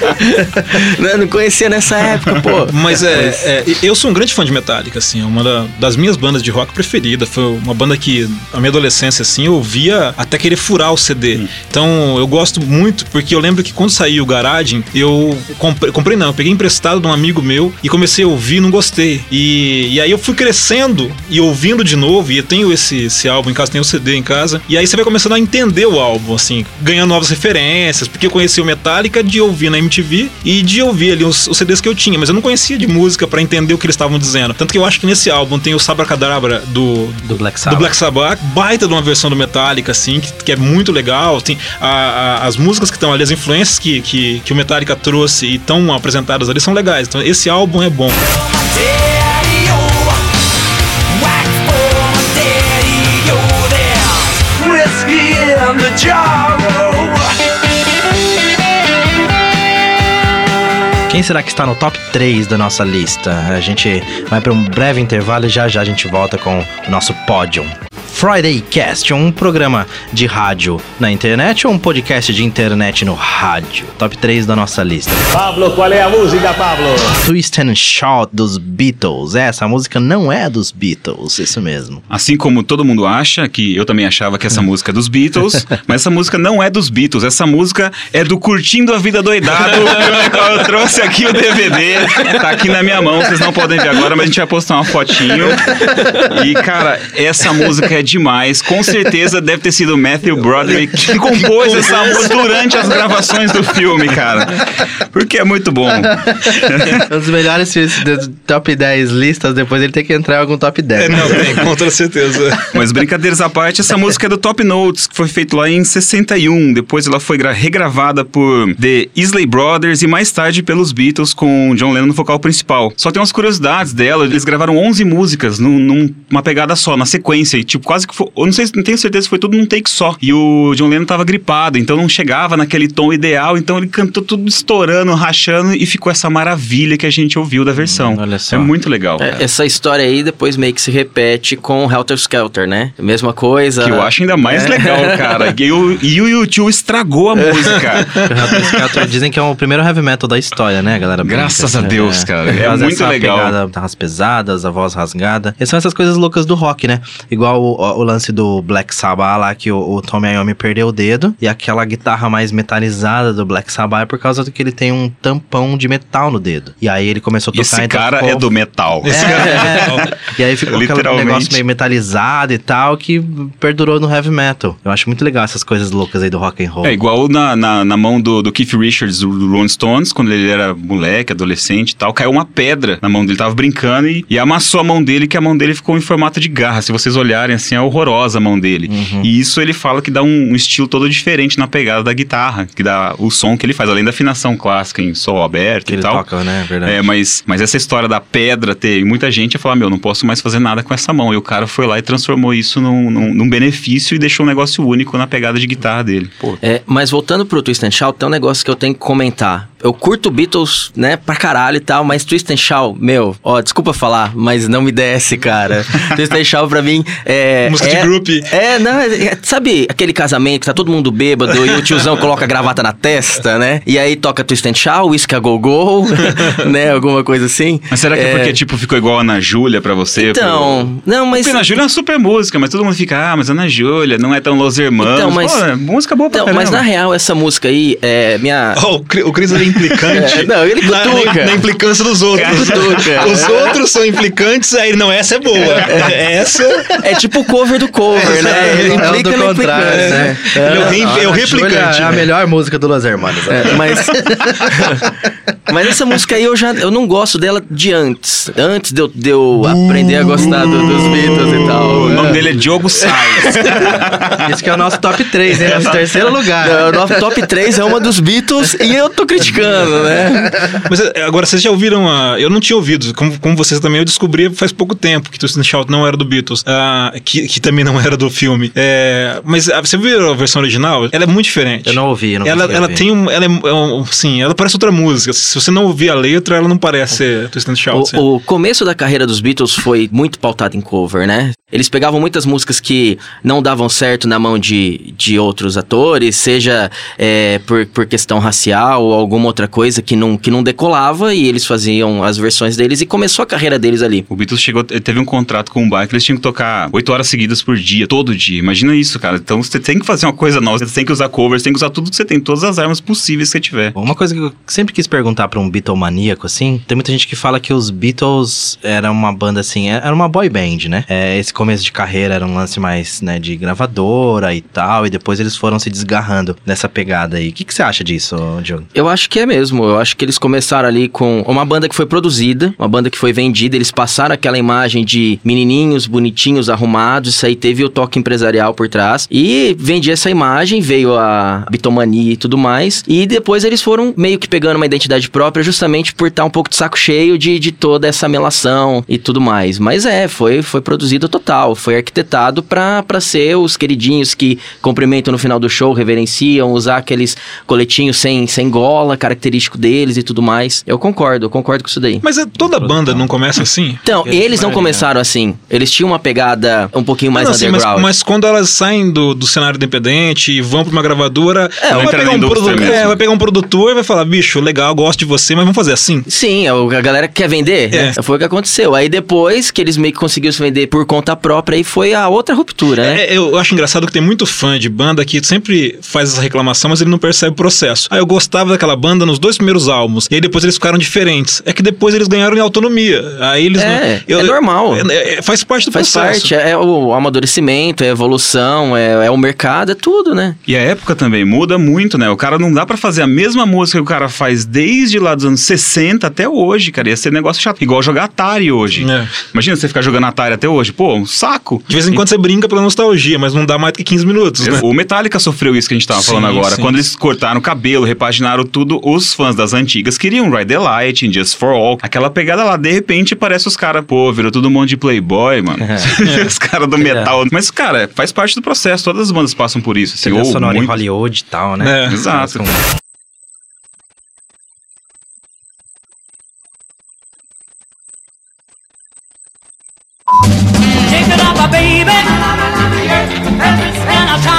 Speaker 3: Não, não conhecia nessa época, pô.
Speaker 5: Mas é, é, eu sou um grande fã de Metallica, assim, é uma da- das minhas bandas de rock preferida. Foi uma banda que, na minha adolescência, assim, eu ouvia até querer furar o C D.
Speaker 4: Hum.
Speaker 5: Então, eu gosto muito, porque eu lembro que quando saiu o Garagem, eu comprei, comprei não, eu peguei emprestado de um amigo meu e comecei a ouvir e não gostei. E, e aí eu fui crescendo e ouvindo de novo, e eu tenho esse, esse álbum em casa, tenho o C D em casa, e aí você vai começando a entender o álbum, assim, ganhando novas referências, porque eu conheci o Metallica de ouvir na M T V e de ouvir ali os, os C Ds que eu tinha, mas eu não conhecia de música pra entender o que eles estavam dizendo. Tanto que eu acho que nesse álbum tem o Sabracadabra do,
Speaker 2: Do Black
Speaker 5: do
Speaker 2: Sabbath.
Speaker 5: Black Sabbath, baita de uma versão do Metallica, assim, que, que é muito legal. Tem a- a- as músicas que estão ali, as influências que, que, que o Metallica trouxe e estão apresentadas ali são legais. Então esse álbum é bom.
Speaker 7: Whiskey in the jar.
Speaker 2: Quem será que está no top três da nossa lista? A gente vai para um breve intervalo e já já a gente volta com o nosso pódio. Friday Cast, um programa de rádio na internet ou um podcast de internet no rádio. Top três da nossa lista.
Speaker 10: Pablo, qual é a música, Pablo?
Speaker 2: Twist and Shout dos Beatles. É, essa música não é dos Beatles, isso mesmo.
Speaker 4: Assim como todo mundo acha, que eu também achava que essa música é dos Beatles, mas essa música não é dos Beatles, essa música é do Curtindo a Vida Doidado, eu trouxe aqui o D V D, tá aqui na minha mão, vocês não podem ver agora, mas a gente vai postar uma fotinho. E, cara, essa música é demais, com certeza deve ter sido o Matthew Broderick que compôs essa música durante as gravações do filme, cara, porque é muito bom.
Speaker 2: Um dos melhores top dez listas, depois ele tem que entrar em algum top dez.
Speaker 5: É, não, tem, com toda certeza.
Speaker 4: Mas brincadeiras à parte, essa música é do Top Notes, que foi feito lá em sessenta e um. Depois ela foi regravada por The Isley Brothers e mais tarde pelos Beatles com John Lennon no vocal principal. Só tem umas curiosidades dela, eles gravaram onze músicas num, numa pegada só, na sequência. E tipo, quase que foi, eu não sei, não tenho certeza se foi tudo num take só. E o John Lennon tava gripado, então não chegava naquele tom ideal, então ele cantou tudo estourando, rachando e ficou essa maravilha que a gente ouviu da versão.
Speaker 2: Hum, olha só.
Speaker 4: É muito legal.
Speaker 3: É, essa história aí depois meio que se repete com Helter Skelter, né? Mesma coisa.
Speaker 4: Que eu acho ainda mais
Speaker 3: é.
Speaker 4: legal, cara. E o, e o U dois estragou a música.
Speaker 2: Helter Skelter dizem que é o primeiro heavy metal da história, né, galera?
Speaker 4: Graças a Deus,
Speaker 2: é,
Speaker 4: cara. É
Speaker 2: faz
Speaker 4: muito
Speaker 2: essa
Speaker 4: legal.
Speaker 2: Pegada, guitarras pesadas, a voz rasgada. E são essas coisas loucas do rock, né? Igual o, o lance do Black Sabbath lá, que o, o Tommy Iommi perdeu o dedo. E aquela guitarra mais metalizada do Black Sabbath é por causa do que ele tem um tampão de metal no dedo. E aí ele começou a tocar...
Speaker 4: Esse
Speaker 2: então
Speaker 4: cara
Speaker 2: ficou...
Speaker 4: é do metal.
Speaker 2: Esse cara é do metal. E aí ficou aquele negócio meio metalizado e tal, que perdurou no heavy metal. Eu acho muito legal essas coisas loucas aí do rock and roll.
Speaker 4: É igual na, na, na mão do, do Keith Richards, do Rolling Stones, quando ele era moleque, adolescente e tal, caiu uma pedra na mão dele, tava brincando e, e amassou a mão dele, que a mão dele ficou em formato de garra. Se vocês olharem assim, é horrorosa a mão dele. Uhum. E isso ele fala que dá um, um estilo todo diferente na pegada da guitarra, que dá o som que ele faz, além da afinação clássica em sol aberto
Speaker 2: que
Speaker 4: e
Speaker 2: ele
Speaker 4: tal.
Speaker 2: Toca, né? Verdade.
Speaker 4: É, mas, mas essa história da pedra ter muita gente ia falar, meu, não posso mais fazer nada com essa mão. E o cara foi lá e transformou isso num, num, num benefício e deixou um negócio único na pegada de guitarra dele. Pô.
Speaker 3: É, mas voltando pro Twist and Shout, tem um negócio que eu tenho que comentar. Eu curto Beatles, né, pra caralho e tal, mas Twist and Shout, meu, ó, desculpa falar, mas não me desce, cara. Twist and Shout pra mim é...
Speaker 5: Música
Speaker 3: é,
Speaker 5: de group.
Speaker 3: É, não, é, é, sabe aquele casamento que tá todo mundo bêbado e o tiozão coloca a gravata na testa, né? E aí toca Twist and Shout, Whisky a Go Go, né, alguma coisa assim.
Speaker 4: Mas será que é, é porque, tipo, ficou igual a Ana Júlia pra você?
Speaker 3: Então, pro... não, mas...
Speaker 4: Porque Ana Júlia é uma super música, mas todo mundo fica, ah, mas Ana Júlia não é tão Los Hermanos. Então, mas... Pô, música boa pra
Speaker 3: então, mas na real, essa música aí, é minha...
Speaker 5: Oh, o Cris é implicante.
Speaker 3: É, não, ele
Speaker 5: na, na, na implicância dos outros.
Speaker 3: Cutuca.
Speaker 5: Os outros são implicantes, aí não, essa é boa. É, essa...
Speaker 3: É tipo o cover do cover, é, né? Ele implica
Speaker 2: é
Speaker 3: na
Speaker 2: contrário, né?
Speaker 5: É, é, o, re, é o replicante.
Speaker 2: É a melhor música do Los Hermanos. Né?
Speaker 3: É, mas... mas essa música aí, eu já eu não gosto dela de antes. Antes de eu, de eu aprender a gostar do, dos Beatles e tal.
Speaker 4: O nome é. dele é Diogo Sainz.
Speaker 2: Esse que é o nosso top três, hein? Nosso terceiro lugar.
Speaker 3: Não, o nosso top três é uma dos Beatles e eu tô criticando, né?
Speaker 5: Mas agora, vocês já ouviram a... Eu não tinha ouvido, como, como vocês também, eu descobri faz pouco tempo que Twist and Shout não era do Beatles, uh, que, que também não era do filme. É, mas uh, você viu a versão original? Ela é muito diferente.
Speaker 2: Eu não ouvi, eu não
Speaker 5: Ela, ela
Speaker 2: ouvir.
Speaker 5: tem um... Ela é, é um, sim, ela parece outra música. Se você não ouvir a letra, ela não parece ser Twist and Shout.
Speaker 3: O, o começo da carreira dos Beatles foi muito pautado em cover, né? Eles pegavam muitas músicas que não davam certo na mão de, de outros atores, seja é, por, por questão racial ou alguma outra coisa que não, que não decolava, e eles faziam as versões deles e começou a carreira deles ali.
Speaker 4: O Beatles chegou, teve um contrato com o bar que eles tinham que tocar oito horas seguidas por dia, todo dia. Imagina isso, cara. Então você tem que fazer uma coisa nova, você tem que usar covers, tem que usar tudo que você tem, todas as armas possíveis que você tiver.
Speaker 2: Uma coisa que eu sempre quis perguntar pra um Beatlemaníaco, assim, tem muita gente que fala que os Beatles eram uma banda, assim, era uma boy band, né? É, esse começo de carreira era um lance mais, né, de gravadora e tal, e depois eles foram se desgarrando nessa pegada aí. O que, que você acha disso, Diogo?
Speaker 3: Eu acho que é mesmo. Eu acho que eles começaram ali com uma banda que foi produzida, uma banda que foi vendida, eles passaram aquela imagem de menininhos bonitinhos, arrumados, isso aí teve o toque empresarial por trás, e vendia essa imagem, veio a bitomania e tudo mais, e depois eles foram meio que pegando uma identidade própria, justamente por estar um pouco de saco cheio de, de toda essa melação e tudo mais. Mas é, foi, foi produzido total. total. Foi arquitetado pra, pra ser os queridinhos que cumprimentam no final do show, reverenciam, usar aqueles coletinhos sem, sem gola, característico deles e tudo mais. Eu concordo, eu concordo com isso daí.
Speaker 5: Mas é, toda banda não começa assim?
Speaker 3: Então, eles não começaram assim. Eles tinham uma pegada um pouquinho mais
Speaker 5: não, assim,
Speaker 3: underground.
Speaker 5: Mas, mas quando elas saem do, do cenário independente e vão pra uma gravadora,
Speaker 3: É,
Speaker 5: vai,
Speaker 3: vai
Speaker 5: pegar um produ- é, vai pegar um produtor e vai falar, bicho, legal, gosto de você, mas vamos fazer assim.
Speaker 3: Sim, a galera quer vender,
Speaker 5: É.
Speaker 3: né? Foi o que aconteceu. Aí depois que eles meio que conseguiram se vender por conta própria, aí foi a outra ruptura, né?
Speaker 5: É, eu acho engraçado que tem muito fã de banda que sempre faz essa reclamação, mas ele não percebe o processo. Ah, eu gostava daquela banda nos dois primeiros álbuns, e aí depois eles ficaram diferentes. É que depois eles ganharam em autonomia. Aí eles
Speaker 3: É,
Speaker 5: não, eu,
Speaker 3: é normal.
Speaker 5: É, é, faz parte do
Speaker 3: Faz
Speaker 5: processo.
Speaker 3: parte, é o amadurecimento, é a evolução, é, é o mercado, é tudo, né?
Speaker 4: E a época também muda muito, né? O cara não dá pra fazer a mesma música que o cara faz desde lá dos anos sessenta até hoje, cara. Ia ser negócio chato. Igual jogar Atari hoje.
Speaker 5: É.
Speaker 4: Imagina você ficar jogando Atari até hoje. Pô, um saco.
Speaker 5: De vez em quando você brinca pela nostalgia, mas não dá mais do que quinze minutos, né?
Speaker 4: O Metallica sofreu isso que a gente tava
Speaker 5: Sim,
Speaker 4: falando agora.
Speaker 5: sim.
Speaker 4: Quando eles cortaram o cabelo, repaginaram tudo, os fãs das antigas queriam Ride the Light, Just for All. Aquela pegada lá, de repente parece os caras, pô, virou todo mundo de playboy, mano. Os caras do metal. Mas, cara, faz parte do processo. Todas as bandas passam por isso. Assim,
Speaker 2: Trilha
Speaker 4: ou
Speaker 2: sonora
Speaker 4: muito.
Speaker 2: em Hollywood e tal, né?
Speaker 5: É,
Speaker 4: exato.
Speaker 6: Take it up, baby. And a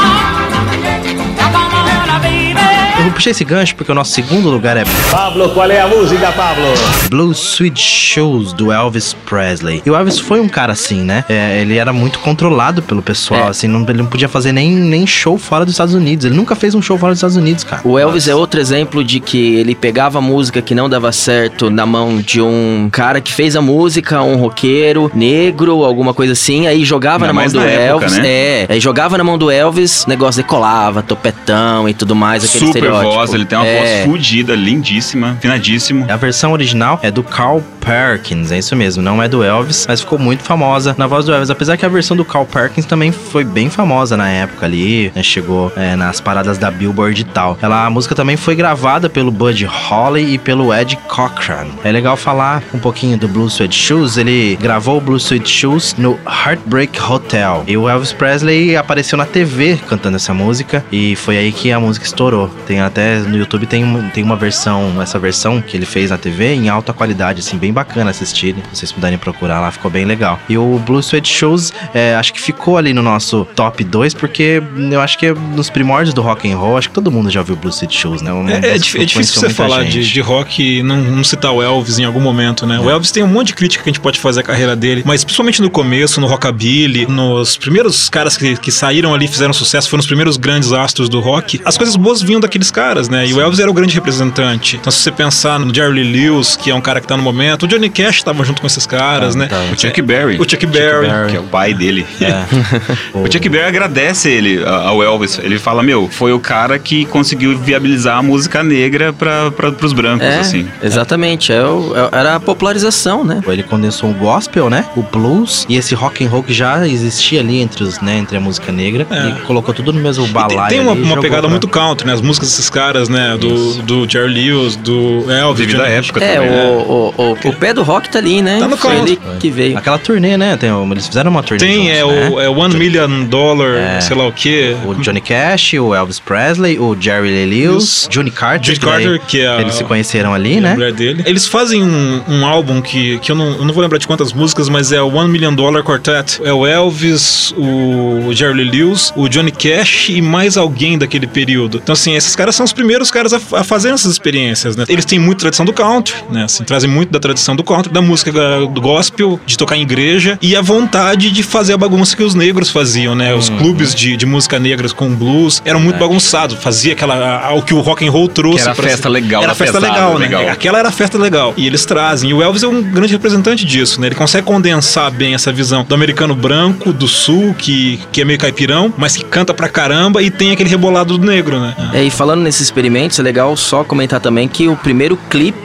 Speaker 6: time. Come on, baby.
Speaker 2: Eu puxei esse gancho porque o nosso segundo lugar é
Speaker 10: Pablo, qual é a música, Pablo?
Speaker 2: Blue Suede Shoes, do Elvis Presley. E o Elvis foi um cara assim, né? É, ele era muito controlado pelo pessoal,
Speaker 3: É.
Speaker 2: assim, não, ele não podia fazer nem, nem show fora dos Estados Unidos. Ele nunca fez um show fora dos Estados Unidos, cara.
Speaker 3: O Elvis é outro exemplo de que ele pegava a música que não dava certo na mão de um cara que fez a música, um roqueiro, negro, alguma coisa assim, aí jogava
Speaker 4: Ainda
Speaker 3: na mão
Speaker 4: mais
Speaker 3: do
Speaker 4: na época,
Speaker 3: Elvis.
Speaker 4: né?
Speaker 3: É, aí jogava na mão do Elvis, o negócio decolava, topetão e tudo mais, aquele
Speaker 4: Super
Speaker 3: estereótipo.
Speaker 4: voz, ele tem uma
Speaker 3: É.
Speaker 4: voz fodida, lindíssima, finadíssimo.
Speaker 2: A versão original é do Carl Perkins, é isso mesmo, não é do Elvis, mas ficou muito famosa na voz do Elvis, apesar que a versão do Carl Perkins também foi bem famosa na época ali, né, chegou é, nas paradas da Billboard e tal. Ela, a música também foi gravada pelo Buddy Holly e pelo Ed Cochran. É legal falar um pouquinho do Blue Suede Shoes, ele gravou o Blue Suede Shoes no Heartbreak Hotel, e o Elvis Presley apareceu na T V cantando essa música, e foi aí que a música estourou. Tem até no YouTube tem, uma- tem uma versão, essa versão que ele fez na T V em alta qualidade, assim, bem bacana assistir. Se vocês puderem procurar lá, ficou bem legal. E o Blue Suede Shoes, é, acho que ficou ali no nosso top dois, porque eu acho que nos primórdios do rock and roll, acho que todo mundo já ouviu Blue Suede Shoes, né? Um
Speaker 5: É, é,
Speaker 2: negócio
Speaker 5: dif-
Speaker 2: que
Speaker 5: é difícil
Speaker 2: influenciou
Speaker 5: você
Speaker 2: muita
Speaker 5: falar de,
Speaker 2: gente.
Speaker 5: de rock e não, não citar o Elvis em algum momento, né? O Elvis tem um monte de crítica que a gente pode fazer à carreira dele, mas principalmente no começo, no rockabilly, nos primeiros caras que, que saíram ali, fizeram sucesso, foram os primeiros grandes astros do rock, as coisas boas vinham daqueles caras, né? E o Elvis era o grande representante. Então se você pensar no Jerry Lee Lewis, que é um cara que tá no momento, o Johnny Cash tava junto com esses caras,
Speaker 2: Ah,
Speaker 5: né?
Speaker 2: tá.
Speaker 4: O Chuck Berry.
Speaker 5: O Chuck Berry.
Speaker 2: Berry.
Speaker 4: Que é o pai dele.
Speaker 2: É.
Speaker 4: O Chuck Berry agradece ele, a- ao Elvis. Ele fala, meu, foi o cara que conseguiu viabilizar a música negra pra, pra, pros brancos,
Speaker 3: É,
Speaker 4: assim.
Speaker 3: exatamente, é o- é- era a popularização, né?
Speaker 2: Ele condensou o gospel, né? O blues e esse rock and roll que já existia ali entre os, né, entre a música negra,
Speaker 5: É.
Speaker 2: e colocou tudo no mesmo
Speaker 5: E
Speaker 2: balaio.
Speaker 5: tem, tem uma,
Speaker 2: ali e
Speaker 5: uma
Speaker 2: jogou
Speaker 5: pegada
Speaker 2: pra-
Speaker 5: muito country, né? As músicas desses caras, né? Do, do Jerry Lewis, do Elvis.
Speaker 4: Devido
Speaker 5: Johnny
Speaker 4: à
Speaker 5: Cash.
Speaker 4: época
Speaker 3: É,
Speaker 4: também,
Speaker 3: o,
Speaker 4: né?
Speaker 3: o, o, o pé do rock tá ali, né?
Speaker 5: Tá no
Speaker 3: Foi
Speaker 5: country.
Speaker 3: ele que veio.
Speaker 2: Aquela turnê, né? Tem, eles fizeram uma turnê.
Speaker 5: Tem,
Speaker 2: juntos,
Speaker 5: é,
Speaker 2: né?
Speaker 5: o, é One Million Dollar,
Speaker 2: É.
Speaker 5: sei lá o quê.
Speaker 2: O Johnny Cash, o Elvis Presley, o Jerry Lee Lewis, Johnny Carter,
Speaker 5: Johnny
Speaker 2: que daí
Speaker 5: Carter, que é a-
Speaker 2: eles se conheceram ali,
Speaker 5: a
Speaker 2: né?
Speaker 5: mulher dele. Eles fazem um, um álbum que, que eu, não, eu não vou lembrar de quantas músicas, mas é o One Million Dollar Quartet. É o Elvis, o Jerry Lee Lewis, o Johnny Cash e mais alguém daquele período. Então, assim, esses caras são os primeiros caras a, a fazerem essas experiências, né? Eles têm muita tradição do country, né? Assim, trazem muito da tradição do country, da música uh, do gospel, de tocar em igreja e a vontade de fazer a bagunça que os negros faziam, né? Os clubes de, de música negra com blues eram muito bagunçados. Fazia aquela... a- o que o rock and roll trouxe.
Speaker 4: Que era a
Speaker 5: pra-
Speaker 4: festa legal
Speaker 5: Era
Speaker 4: da
Speaker 5: festa
Speaker 4: pesada,
Speaker 5: legal, né?
Speaker 4: legal.
Speaker 5: Aquela era a festa legal. E eles trazem. E o Elvis é um grande representante disso, né? Ele consegue condensar bem essa visão do americano branco, do sul, que, que é meio caipirão, mas que canta pra caramba e tem aquele rebolado do negro, né?
Speaker 3: É, e falando nesses experimentos, é legal só comentar também que o primeiro clipe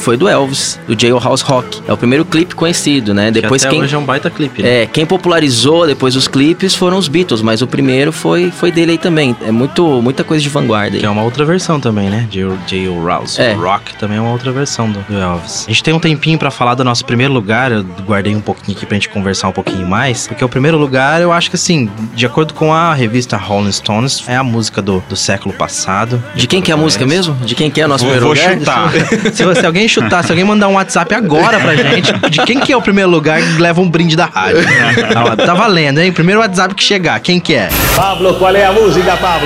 Speaker 3: foi do Elvis, do Jailhouse Rock. É o primeiro clipe conhecido, né? Depois
Speaker 2: que até
Speaker 3: quem
Speaker 2: hoje é um baita clipe, né?
Speaker 3: É, quem popularizou depois os clipes foram os Beatles, mas o primeiro foi, foi dele aí também. É muito, muita coisa de vanguarda aí.
Speaker 2: Que é uma outra versão também, né? Jailhouse
Speaker 3: É.
Speaker 2: Rock também é uma outra versão do, do Elvis. A gente tem um tempinho pra falar do nosso primeiro lugar. Eu guardei um pouquinho aqui pra gente conversar um pouquinho mais. Porque o primeiro lugar, eu acho que assim, de acordo com a revista Rolling Stones, é a música do, do século passado.
Speaker 3: De quem que é a música mesmo? De quem que é o nosso
Speaker 4: Vou,
Speaker 3: primeiro
Speaker 4: vou
Speaker 3: lugar?
Speaker 4: chutar.
Speaker 2: Se, se alguém chutar, se alguém mandar um WhatsApp agora pra gente, de quem que é o primeiro lugar que leva um brinde da rádio. Tá, tá valendo, hein? Primeiro WhatsApp que chegar, quem que é?
Speaker 10: Pablo, qual é a música, Pablo?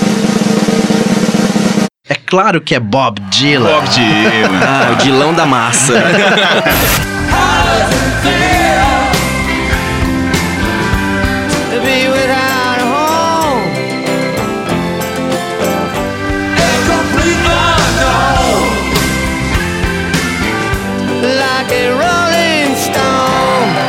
Speaker 2: É claro que é Bob Dylan.
Speaker 4: Bob Dylan.
Speaker 3: Ah, o Dilão da massa.
Speaker 9: To be without a home, a complete unknown, like a rolling stone.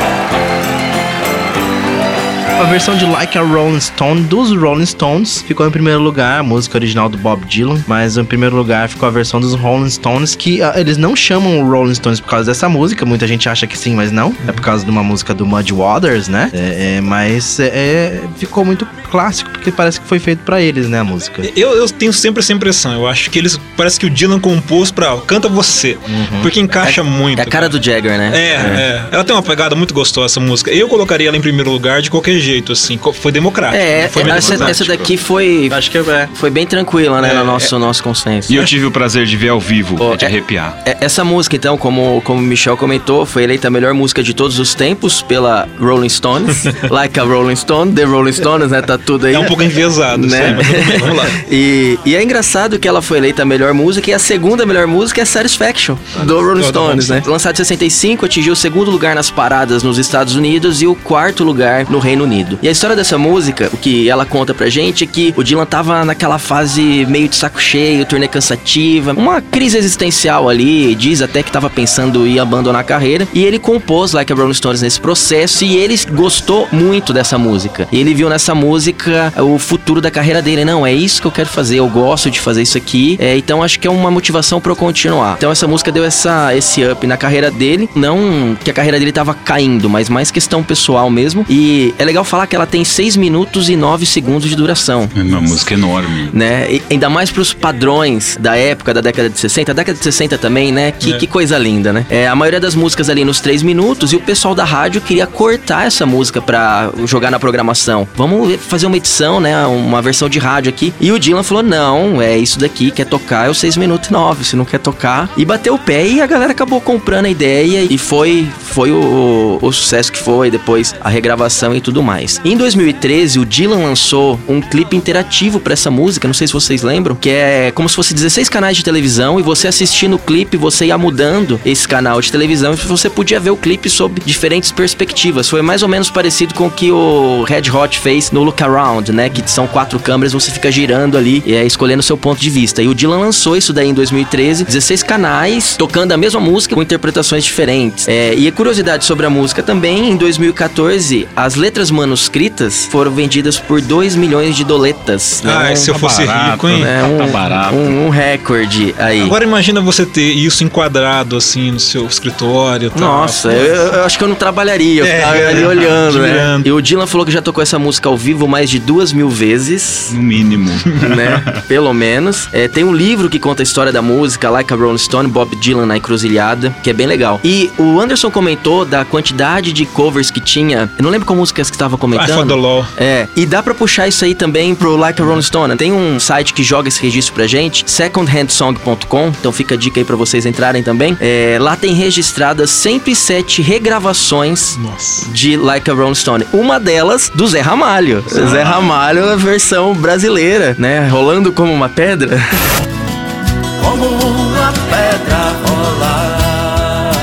Speaker 2: A versão de Like a Rolling Stone dos Rolling Stones ficou em primeiro lugar, a música original do Bob Dylan, mas em primeiro lugar ficou a versão dos Rolling Stones, que uh, eles não chamam o Rolling Stones por causa dessa música, muita gente acha que sim, mas não, é por causa de uma música do Muddy Waters, né? É, é, mas é, é, ficou muito clássico, porque parece que foi feito pra eles, né, a música.
Speaker 5: Eu, eu tenho sempre essa impressão. Eu acho que eles. Parece que o Dylan compôs pra. Canta você.
Speaker 2: Uhum.
Speaker 5: Porque encaixa muito.
Speaker 3: É a cara do Jagger, né?
Speaker 5: É, é, Ela tem uma pegada muito gostosa, essa música. Eu colocaria ela em primeiro lugar de qualquer jeito, assim. Co- Foi democrático.
Speaker 3: É,
Speaker 5: foi
Speaker 3: é,
Speaker 5: bem
Speaker 3: essa,
Speaker 5: democrático.
Speaker 3: essa daqui foi,
Speaker 2: Acho que é.
Speaker 3: foi bem tranquila, né?
Speaker 5: É,
Speaker 3: no nosso, nosso consenso.
Speaker 4: E eu tive o prazer de ver ao vivo,
Speaker 3: Oh,
Speaker 4: de
Speaker 3: é-
Speaker 4: arrepiar.
Speaker 3: É, Essa música, então, como, como o Michel comentou, foi eleita a melhor música de todos os tempos pela Rolling Stones. Like a Rolling Stone, The Rolling Stones, né? Tá tudo aí.
Speaker 5: É um pouco enviesado,
Speaker 3: Né?
Speaker 5: né? Mas tudo bem, vamos lá.
Speaker 3: e, e é engraçado que ela foi eleita a melhor música e a segunda melhor música é Satisfaction, do Rolling
Speaker 5: do
Speaker 3: Stones,
Speaker 5: Rolling
Speaker 3: né? Lançado em sessenta e cinco, atingiu o segundo lugar nas paradas nos Estados Unidos e o quarto lugar no Reino Unido. E a história dessa música, o que ela conta pra gente é que o Dylan tava naquela fase meio de saco cheio, turnê cansativa, uma crise existencial ali, diz até que tava pensando em abandonar a carreira, e ele compôs Like a Rolling Stones nesse processo e ele gostou muito dessa música. E ele viu nessa música o futuro da carreira dele. Não, é isso que eu quero fazer, eu gosto de fazer isso aqui, é, então acho que é uma motivação pra eu continuar. Então essa música deu essa, esse up na carreira dele, não que a carreira dele tava caindo, mas mais questão pessoal mesmo. E é legal falar que ela tem seis minutos e nove segundos de duração.
Speaker 4: É uma música enorme.
Speaker 3: Né? E ainda mais pros padrões da época, da década de sessenta. A década de sessenta também, né? Que,
Speaker 5: É.
Speaker 3: que coisa linda, né? É, a maioria das músicas ali nos três minutos e o pessoal da rádio queria cortar essa música pra jogar na programação. Vamos fazer uma edição, né? Uma versão de rádio aqui. E o Dylan falou, não, é isso daqui, quer tocar é o seis minutos e nove, se não quer tocar. E bateu o pé e a galera acabou comprando a ideia e foi, foi o, o, o sucesso que foi, depois a regravação e tudo mais. Em dois mil e treze, o Dylan lançou um clipe interativo pra essa música, não sei se vocês lembram, que é como se fosse dezesseis canais de televisão e você assistindo o clipe, você ia mudando esse canal de televisão e você podia ver o clipe sob diferentes perspectivas. Foi mais ou menos parecido com o que o Red Hot fez no Look Around, né? Que são quatro câmeras, você fica girando ali e é, escolhendo o seu ponto de vista. E o Dylan lançou isso daí em dois mil e treze, dezesseis canais tocando a mesma música com interpretações diferentes. É, e a curiosidade sobre a música também, em dois mil e quatorze, as letras manuscritas foram vendidas por dois milhões de doletas.
Speaker 5: Ah,
Speaker 3: né?
Speaker 5: e se eu
Speaker 4: tá
Speaker 5: fosse
Speaker 4: barato,
Speaker 5: rico, hein?
Speaker 3: É um,
Speaker 4: Tá barato.
Speaker 3: um, um recorde aí.
Speaker 5: Agora imagina você ter isso enquadrado, assim, no seu escritório e tal.
Speaker 3: Nossa, eu, eu acho que eu não trabalharia, eu
Speaker 5: É,
Speaker 3: ficava
Speaker 5: é,
Speaker 3: ali olhando, né?
Speaker 5: admirando.
Speaker 3: E o Dylan falou que já tocou essa música ao vivo mais de duas mil vezes,
Speaker 4: No mínimo.
Speaker 3: né? Pelo menos. É, tem um livro que conta a história da música, Like a Rolling Stone, Bob Dylan na Encruzilhada, que é bem legal. E o Anderson comentou da quantidade de covers que tinha. Eu não lembro qual músicas que estava
Speaker 5: I
Speaker 3: comentando.
Speaker 5: for the law.
Speaker 3: É, e dá pra puxar isso aí também pro Like a Rolling Stone. Tem um site que joga esse registro pra gente, second hand song ponto com, então fica a dica aí pra vocês entrarem também. É, lá tem registradas cento e sete regravações
Speaker 5: Nossa.
Speaker 3: de Like a Rolling Stone. Uma delas do Zé Ramalho. Zé Ramalho, a versão brasileira, né? Rolando como uma pedra.
Speaker 9: Como uma pedra rolar.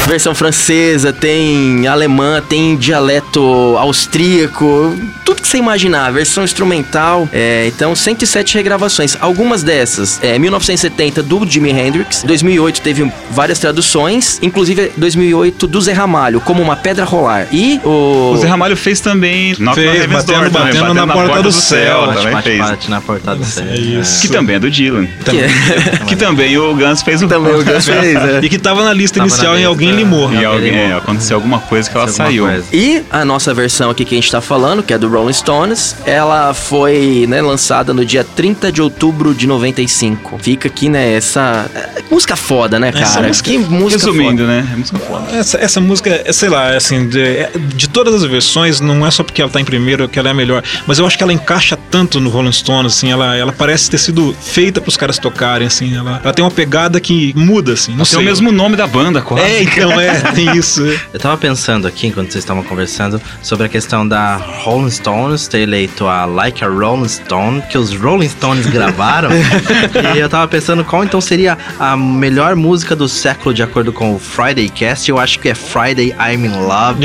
Speaker 3: versão francesa, tem alemã, tem dialeto austríaco, tudo que você imaginar, versão instrumental. É, então, cento e sete regravações. Algumas dessas, é, mil novecentos e setenta do Jimi Hendrix, dois mil e oito teve várias traduções, inclusive dois mil e oito do Zé Ramalho, como Uma Pedra Rolar. E o...
Speaker 4: O Zé Ramalho fez também Knock
Speaker 5: Fez,
Speaker 4: on Heaven's
Speaker 5: batendo-
Speaker 4: Door, também,
Speaker 5: batendo na porta do céu.
Speaker 4: também
Speaker 2: Bate,
Speaker 4: fez.
Speaker 2: bate na portada do céu.
Speaker 5: É isso.
Speaker 4: Que também é do Dylan.
Speaker 3: Que,
Speaker 4: Que também o Guns fez o
Speaker 3: também o Gus fez, né?
Speaker 5: E que tava na lista
Speaker 2: Tava
Speaker 5: inicial
Speaker 2: na
Speaker 5: e
Speaker 2: lista,
Speaker 5: alguém
Speaker 2: é.
Speaker 5: limou.
Speaker 4: E alguém,
Speaker 2: Ele-
Speaker 4: é, aconteceu alguma coisa que ela
Speaker 2: Alguma
Speaker 4: saiu.
Speaker 2: coisa.
Speaker 3: E a nossa versão aqui que a gente tá falando, que é do Rolling Stones, ela foi, né, lançada no dia trinta de outubro de noventa e cinco. Fica aqui, né, essa... é, música foda, né, cara?
Speaker 5: Essa música-
Speaker 3: que música
Speaker 4: Resumindo,
Speaker 3: foda.
Speaker 4: né? É música foda.
Speaker 5: Essa, essa música, é, sei lá, é assim, de, é- de todas as versões, não é só porque ela tá em primeiro que ela é a melhor, mas eu acho que ela encaixa tanto no Rolling Stones, assim, ela, ela parece ter sido feita pros caras tocarem, assim, ela, ela tem uma pegada que muda, assim, não
Speaker 4: Tem
Speaker 5: sei.
Speaker 4: o mesmo nome da banda, quase.
Speaker 5: É, então, é, tem isso.
Speaker 2: Eu tava pensando aqui, enquanto vocês estavam conversando, sobre a questão da Rolling Stones ter eleito a Like a Rolling Stone, que os Rolling Stones gravaram. E eu tava pensando qual então seria a melhor música do século de acordo com o Friday Cast. Eu acho que é Friday I'm in Love.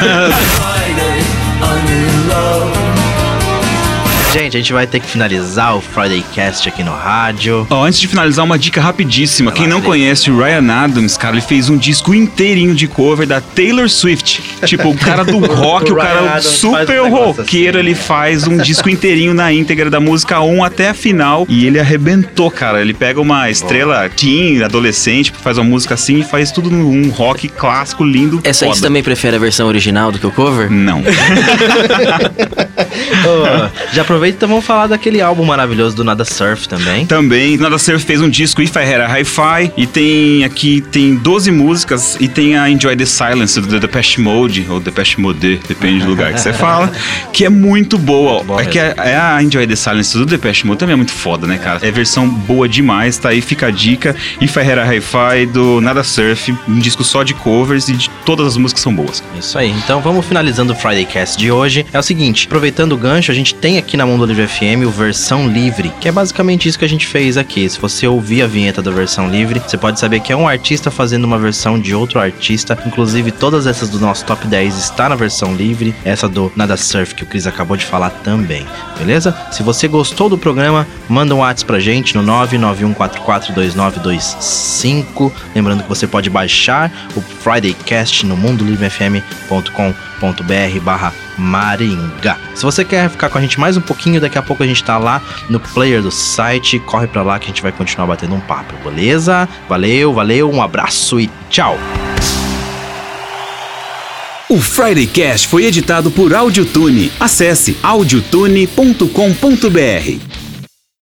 Speaker 2: Gente, a gente vai ter que finalizar o Friday Cast aqui no rádio.
Speaker 4: Ó, antes de finalizar, uma dica rapidíssima. Quem não conhece o Ryan Adams, cara, ele fez um disco inteirinho de cover da Taylor Swift. Tipo, o cara do rock, o,
Speaker 2: O Ryan
Speaker 4: cara
Speaker 2: Adams faz
Speaker 4: super
Speaker 2: um negócio
Speaker 4: roqueiro, ele faz um disco inteirinho na íntegra da música um até a final. E ele arrebentou, cara. Ele pega uma estrela teen, adolescente, faz uma música assim e faz tudo num rock clássico, lindo,
Speaker 3: Essa aí
Speaker 4: foda.
Speaker 3: você também prefere a versão original do que o cover?
Speaker 4: Não.
Speaker 2: Ô, já aproveita então vamos falar daquele álbum maravilhoso do Nada Surf também.
Speaker 4: Também, Nada Surf fez um disco If I Had a Hi-Fi e tem aqui, tem doze músicas e tem a Enjoy the Silence do Depeche Mode, ou Depeche Mode, depende do lugar que você fala, que é muito boa.
Speaker 2: Boa
Speaker 4: é que a, é a Enjoy the Silence do Depeche Mode também é muito foda, né, cara? É versão boa demais, tá aí, fica a dica. If I Had a Hi-Fi do Nada Surf, um disco só de covers e de todas as músicas são boas.
Speaker 2: Isso aí, então vamos finalizando o Friday Cast de hoje. É o seguinte, aproveitando o gancho, a gente tem aqui na Mundo Livre F M o Versão Livre, que é basicamente isso que a gente fez aqui. Se você ouvir a vinheta da Versão Livre, você pode saber que é um artista fazendo uma versão de outro artista. Inclusive, todas essas do nosso Top dez está na Versão Livre. Essa do Nada Surf, que o Cris acabou de falar também, beleza? Se você gostou do programa, manda um WhatsApp pra gente no nove nove um quatro quatro dois nove dois cinco. Lembrando que você pode baixar o Friday Cast no mundo livre f m ponto com ponto b r barra Maringá. Se você quer ficar com a gente mais um pouquinho, daqui a pouco a gente tá lá no player do site. Corre pra lá que a gente vai continuar batendo um papo, beleza? Valeu, valeu, um abraço e tchau!
Speaker 11: O Friday Cast foi editado por Audiotune. Acesse audiotune ponto com ponto b r.